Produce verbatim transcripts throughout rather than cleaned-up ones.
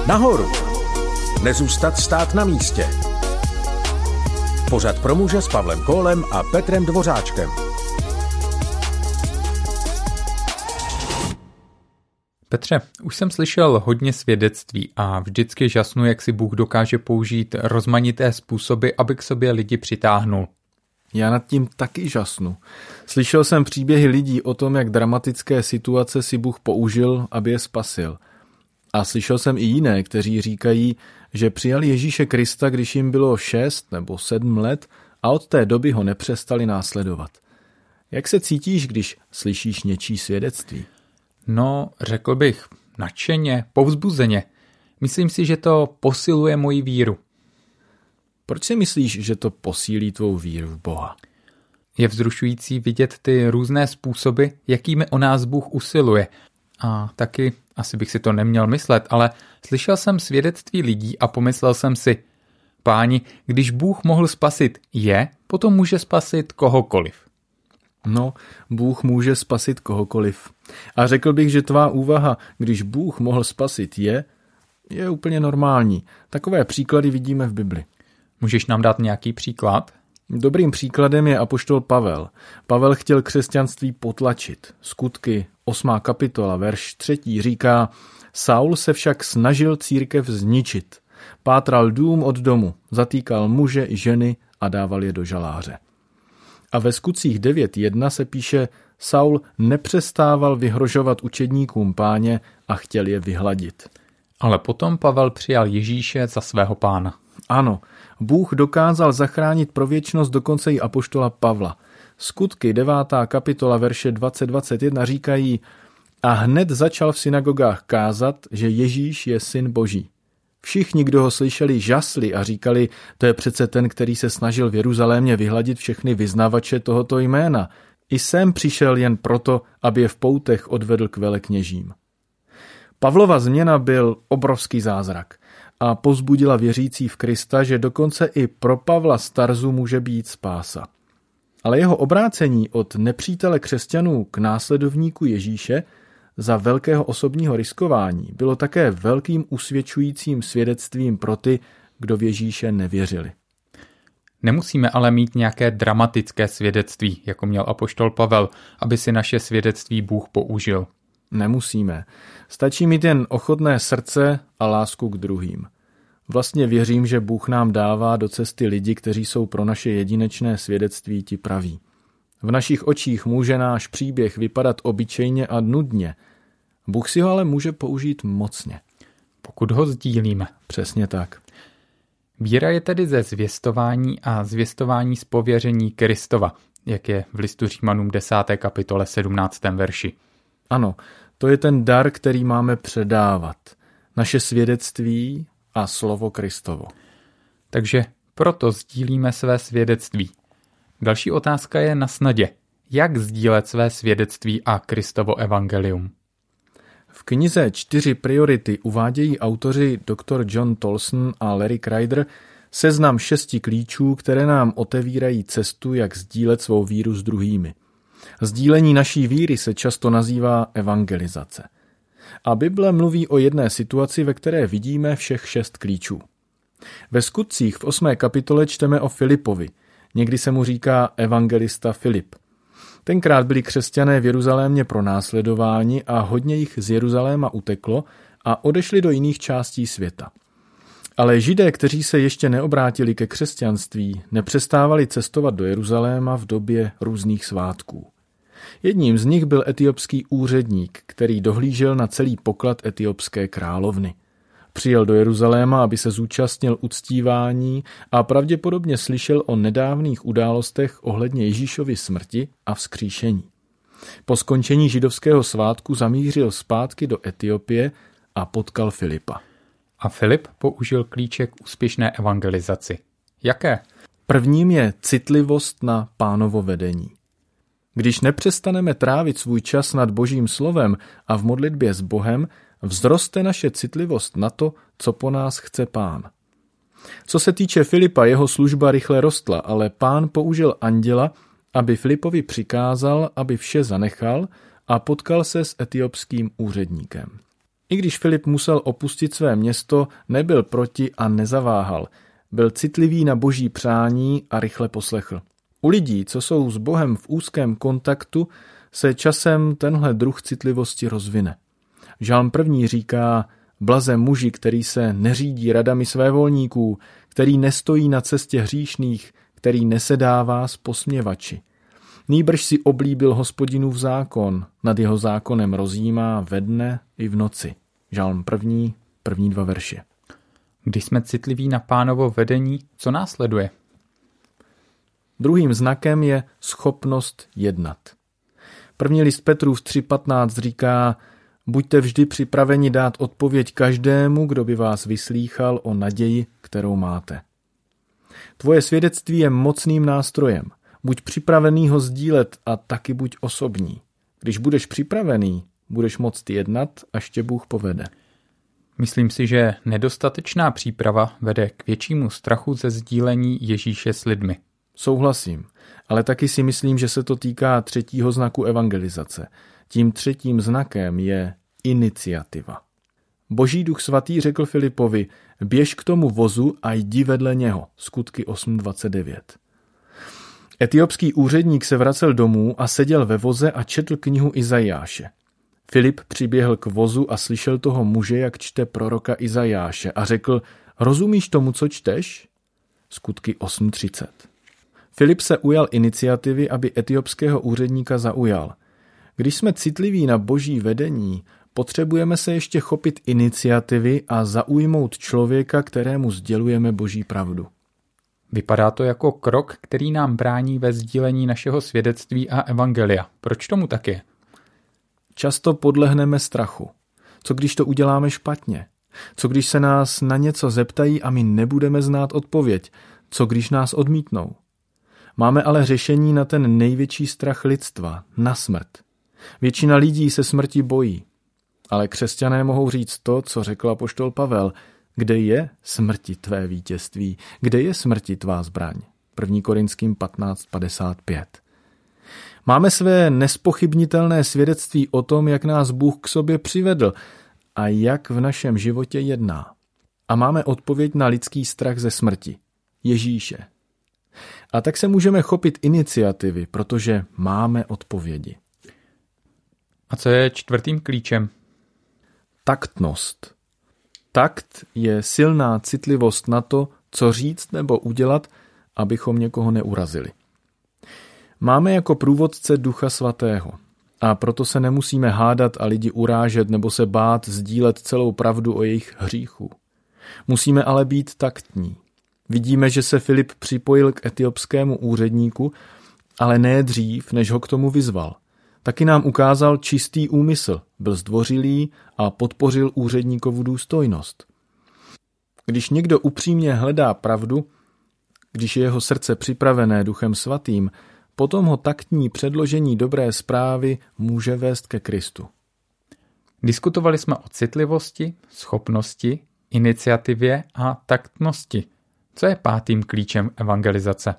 Nahoru. Nezůstat stát na místě. Pořad pro muže s Pavlem Kólem a Petrem Dvořáčkem. Petře, už jsem slyšel hodně svědectví a vždycky žasnu, jak si Bůh dokáže použít rozmanité způsoby, aby k sobě lidi přitáhnul. Já nad tím taky žasnu. Slyšel jsem příběhy lidí o tom, jak dramatické situace si Bůh použil, aby je spasil. A slyšel jsem i jiné, kteří říkají, že přijali Ježíše Krista, když jim bylo šest nebo sedm let a od té doby ho nepřestali následovat. Jak se cítíš, když slyšíš něčí svědectví? No, řekl bych, nadšeně, povzbuzeně. Myslím si, že to posiluje moji víru. Proč si myslíš, že to posílí tvou víru v Boha? Je vzrušující vidět ty různé způsoby, jakými o nás Bůh usiluje. A taky, asi bych si to neměl myslet, ale slyšel jsem svědectví lidí a pomyslel jsem si, páni, když Bůh mohl spasit je, potom může spasit kohokoliv. No, Bůh může spasit kohokoliv. A řekl bych, že tvá úvaha, když Bůh mohl spasit je, je úplně normální. Takové příklady vidíme v Bibli. Můžeš nám dát nějaký příklad? Dobrým příkladem je apoštol Pavel. Pavel chtěl křesťanství potlačit. Skutky, osmá kapitola, verš třetí říká, Saul se však snažil církev zničit. Pátral dům od domu, zatýkal muže i ženy a dával je do žaláře. A ve Skutcích devět jedna se píše, Saul nepřestával vyhrožovat učedníkům Páně a chtěl je vyhladit. Ale potom Pavel přijal Ježíše za svého pána. Ano, Bůh dokázal zachránit pro věčnost dokonce i apoštola Pavla. Skutky devátá kapitola verše dvacet dvacet jedna říkají, a hned začal v synagogách kázat, že Ježíš je syn Boží. Všichni, kdo ho slyšeli, žasli a říkali, to je přece ten, který se snažil v Jeruzalémě vyhladit všechny vyznavače tohoto jména. I sem přišel jen proto, aby je v poutech odvedl k velekněžím. Pavlova změna byl obrovský zázrak a povzbudila věřící v Krista, že dokonce i pro Pavla z Tarzu může být spása. Ale jeho obrácení od nepřítele křesťanů k následovníku Ježíše za velkého osobního riskování bylo také velkým usvědčujícím svědectvím pro ty, kdo v Ježíše nevěřili. Nemusíme ale mít nějaké dramatické svědectví, jako měl apoštol Pavel, aby si naše svědectví Bůh použil. Nemusíme. Stačí mít jen ochotné srdce a lásku k druhým. Vlastně věřím, že Bůh nám dává do cesty lidi, kteří jsou pro naše jedinečné svědectví ti praví. V našich očích může náš příběh vypadat obyčejně a nudně. Bůh si ho ale může použít mocně. Pokud ho sdílíme. Přesně tak. Víra je tedy ze zvěstování a zvěstování z pověření Kristova, jak je v listu Římanům desáté kapitole sedmnáctém verši. Ano, to je ten dar, který máme předávat. Naše svědectví a slovo Kristovo. Takže proto sdílíme své svědectví. Další otázka je na snadě. Jak sdílet své svědectví a Kristovo evangelium? V knize Čtyři priority uvádějí autoři doktor John Tolson a Larry Kreider seznam šesti klíčů, které nám otevírají cestu, jak sdílet svou víru s druhými. Sdílení naší víry se často nazývá evangelizace. A Bible mluví o jedné situaci, ve které vidíme všech šest klíčů. Ve Skutcích v osmé kapitole čteme o Filipovi. Někdy se mu říká evangelista Filip. Tenkrát byli křesťané v Jeruzalémě pronásledováni a hodně jich z Jeruzaléma uteklo a odešli do jiných částí světa. Ale Židé, kteří se ještě neobrátili ke křesťanství, nepřestávali cestovat do Jeruzaléma v době různých svátků. Jedním z nich byl etiopský úředník, který dohlížel na celý poklad etiopské královny. Přijel do Jeruzaléma, aby se zúčastnil uctívání a pravděpodobně slyšel o nedávných událostech ohledně Ježíšovy smrti a vzkříšení. Po skončení židovského svátku zamířil zpátky do Etiopie a potkal Filipa. A Filip použil klíče k úspěšné evangelizaci. Jaké? Prvním je citlivost na Pánovo vedení. Když nepřestaneme trávit svůj čas nad Božím slovem a v modlitbě s Bohem, vzroste naše citlivost na to, co po nás chce Pán. Co se týče Filipa, jeho služba rychle rostla, ale Pán použil anděla, aby Filipovi přikázal, aby vše zanechal a potkal se s etiopským úředníkem. I když Filip musel opustit své město, nebyl proti a nezaváhal. Byl citlivý na boží přání a rychle poslechl. U lidí, co jsou s Bohem v úzkém kontaktu, se časem tenhle druh citlivosti rozvine. Žalm první říká: blaze muži, který se neřídí radami svévolníků, který nestojí na cestě hříšných, který nesedává s posměvači. Nýbrž si oblíbil Hospodinův zákon, nad jeho zákonem rozjímá ve dne i v noci. Žalm první, první dva verše. Když jsme citliví na Pánovo vedení, co následuje? Druhým znakem je schopnost jednat. První list Petrův tři patnáct říká: buďte vždy připraveni dát odpověď každému, kdo by vás vyslýchal o naději, kterou máte. Tvoje svědectví je mocným nástrojem. Buď připravený ho sdílet a taky buď osobní. Když budeš připravený, budeš moct jednat, až tě Bůh povede. Myslím si, že nedostatečná příprava vede k většímu strachu ze sdílení Ježíše s lidmi. Souhlasím, ale taky si myslím, že se to týká třetího znaku evangelizace. Tím třetím znakem je iniciativa. Boží duch svatý řekl Filipovi: běž k tomu vozu a jdi vedle něho. Skutky osm dvacet devět. Etiopský úředník se vracel domů a seděl ve voze a četl knihu Izajáše. Filip přiběhl k vozu a slyšel toho muže, jak čte proroka Izajáše, a řekl: rozumíš tomu, co čteš? Skutky osm třicet. Filip se ujal iniciativy, aby etiopského úředníka zaujal. Když jsme citliví na boží vedení, potřebujeme se ještě chopit iniciativy a zaujmout člověka, kterému sdělujeme boží pravdu. Vypadá to jako krok, který nám brání ve sdílení našeho svědectví a evangelia. Proč tomu tak je? Často podlehneme strachu. Co když to uděláme špatně? Co když se nás na něco zeptají a my nebudeme znát odpověď? Co když nás odmítnou? Máme ale řešení na ten největší strach lidstva, na smrt. Většina lidí se smrti bojí. Ale křesťané mohou říct to, co řekl apoštol Pavel: kde je smrti tvé vítězství? Kde je smrti tvá zbraň? první Korinským patnáct padesát pět. Máme své nespochybnitelné svědectví o tom, jak nás Bůh k sobě přivedl a jak v našem životě jedná. A máme odpověď na lidský strach ze smrti. Ježíše. A tak se můžeme chopit iniciativy, protože máme odpovědi. A co je čtvrtým klíčem? Taktnost. Takt je silná citlivost na to, co říct nebo udělat, abychom někoho neurazili. Máme jako průvodce Ducha Svatého a proto se nemusíme hádat a lidi urážet nebo se bát sdílet celou pravdu o jejich hříchu. Musíme ale být taktní. Vidíme, že se Filip připojil k etiopskému úředníku, ale ne dřív, než ho k tomu vyzval. Taky nám ukázal čistý úmysl, byl zdvořilý a podpořil úředníkovu důstojnost. Když někdo upřímně hledá pravdu, když je jeho srdce připravené Duchem Svatým, potom ho taktní předložení dobré zprávy může vést ke Kristu. Diskutovali jsme o citlivosti, schopnosti, iniciativě a taktnosti. Co je pátým klíčem evangelizace?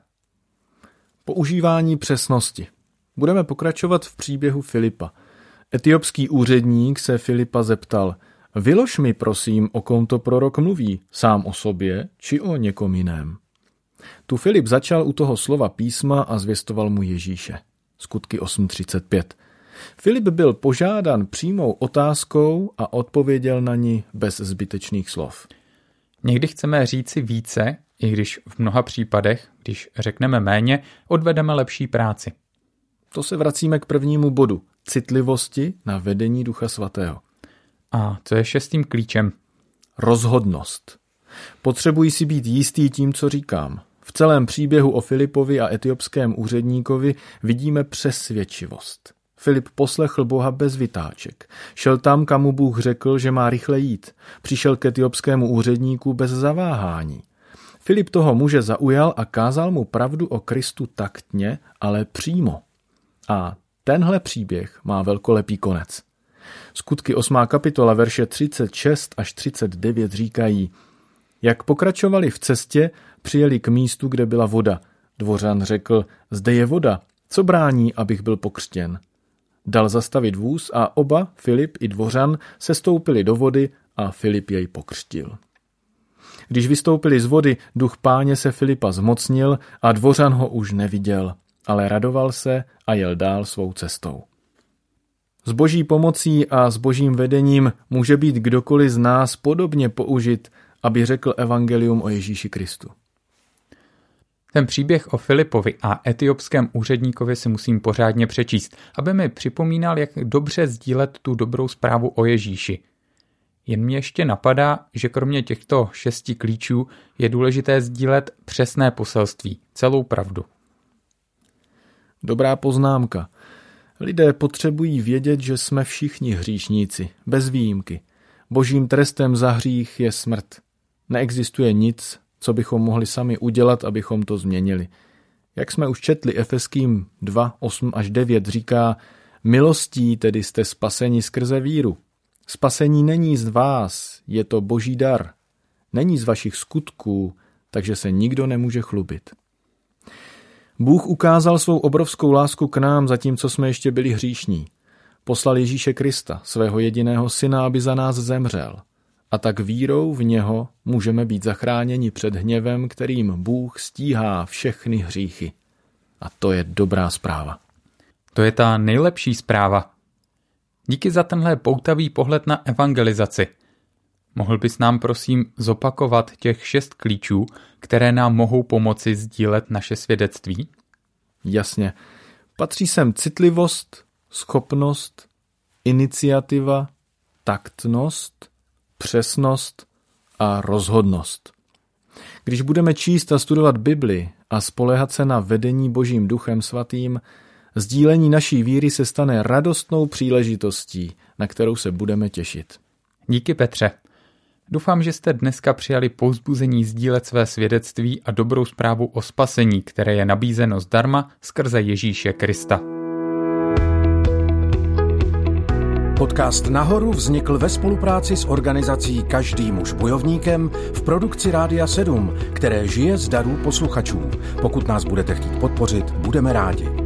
Používání přesnosti. Budeme pokračovat v příběhu Filipa. Etiopský úředník se Filipa zeptal: vylož mi prosím, o kom to prorok mluví, sám o sobě či o někom jiném. Tu Filip začal u toho slova písma a zvěstoval mu Ježíše. Skutky osm třicet pět. Filip byl požádan přímou otázkou a odpověděl na ni bez zbytečných slov. Někdy chceme říci více, i když v mnoha případech, když řekneme méně, odvedeme lepší práci. To se vracíme k prvnímu bodu. Citlivosti na vedení Ducha Svatého. A co je šestým klíčem? Rozhodnost. Potřebuji si být jistý tím, co říkám. V celém příběhu o Filipovi a etiopském úředníkovi vidíme přesvědčivost. Filip poslechl Boha bez vytáček. Šel tam, kam mu Bůh řekl, že má rychle jít. Přišel k etiopskému úředníku bez zaváhání. Filip toho muže zaujal a kázal mu pravdu o Kristu taktně, ale přímo. A tenhle příběh má velkolepý konec. Skutky osmá kapitola, verše třicet šest až třicet devět říkají: jak pokračovali v cestě, přijeli k místu, kde byla voda. Dvořan řekl: zde je voda, co brání, abych byl pokřtěn? Dal zastavit vůz a oba, Filip i Dvořan, se stoupili do vody a Filip jej pokřtil. Když vystoupili z vody, duch Páně se Filipa zmocnil a Dvořan ho už neviděl, ale radoval se a jel dál svou cestou. S Boží pomocí a s Božím vedením může být kdokoliv z nás podobně použit, aby řekl evangelium o Ježíši Kristu. Ten příběh o Filipovi a etiopském úředníkovi si musím pořádně přečíst, aby mi připomínal, jak dobře sdílet tu dobrou zprávu o Ježíši. Jen mě ještě napadá, že kromě těchto šesti klíčů je důležité sdílet přesné poselství, celou pravdu. Dobrá poznámka. Lidé potřebují vědět, že jsme všichni hříšníci, bez výjimky. Božím trestem za hřích je smrt. Neexistuje nic, co bychom mohli sami udělat, abychom to změnili. Jak jsme už četli, Efeským dva, osm až devět říká, milostí tedy jste spaseni skrze víru. Spasení není z vás, je to Boží dar. Není z vašich skutků, takže se nikdo nemůže chlubit. Bůh ukázal svou obrovskou lásku k nám, zatímco jsme ještě byli hříšní. Poslal Ježíše Krista, svého jediného syna, aby za nás zemřel. A tak vírou v něho můžeme být zachráněni před hněvem, kterým Bůh stíhá všechny hříchy. A to je dobrá zpráva. To je ta nejlepší zpráva. Díky za tenhle poutavý pohled na evangelizaci. Mohl bys nám prosím zopakovat těch šest klíčů, které nám mohou pomoci sdílet naše svědectví? Jasně. Patří sem citlivost, schopnost, iniciativa, taktnost, přesnost a rozhodnost. Když budeme číst a studovat Bibli a spoléhat se na vedení Božím duchem svatým, sdílení naší víry se stane radostnou příležitostí, na kterou se budeme těšit. Díky, Petře. Doufám, že jste dneska přijali povzbuzení sdílet své svědectví a dobrou zprávu o spasení, které je nabízeno zdarma skrze Ježíše Krista. Podcast Nahoru vznikl ve spolupráci s organizací Každý muž bojovníkem v produkci Rádia sedm, které žije z darů posluchačů. Pokud nás budete chtít podpořit, budeme rádi.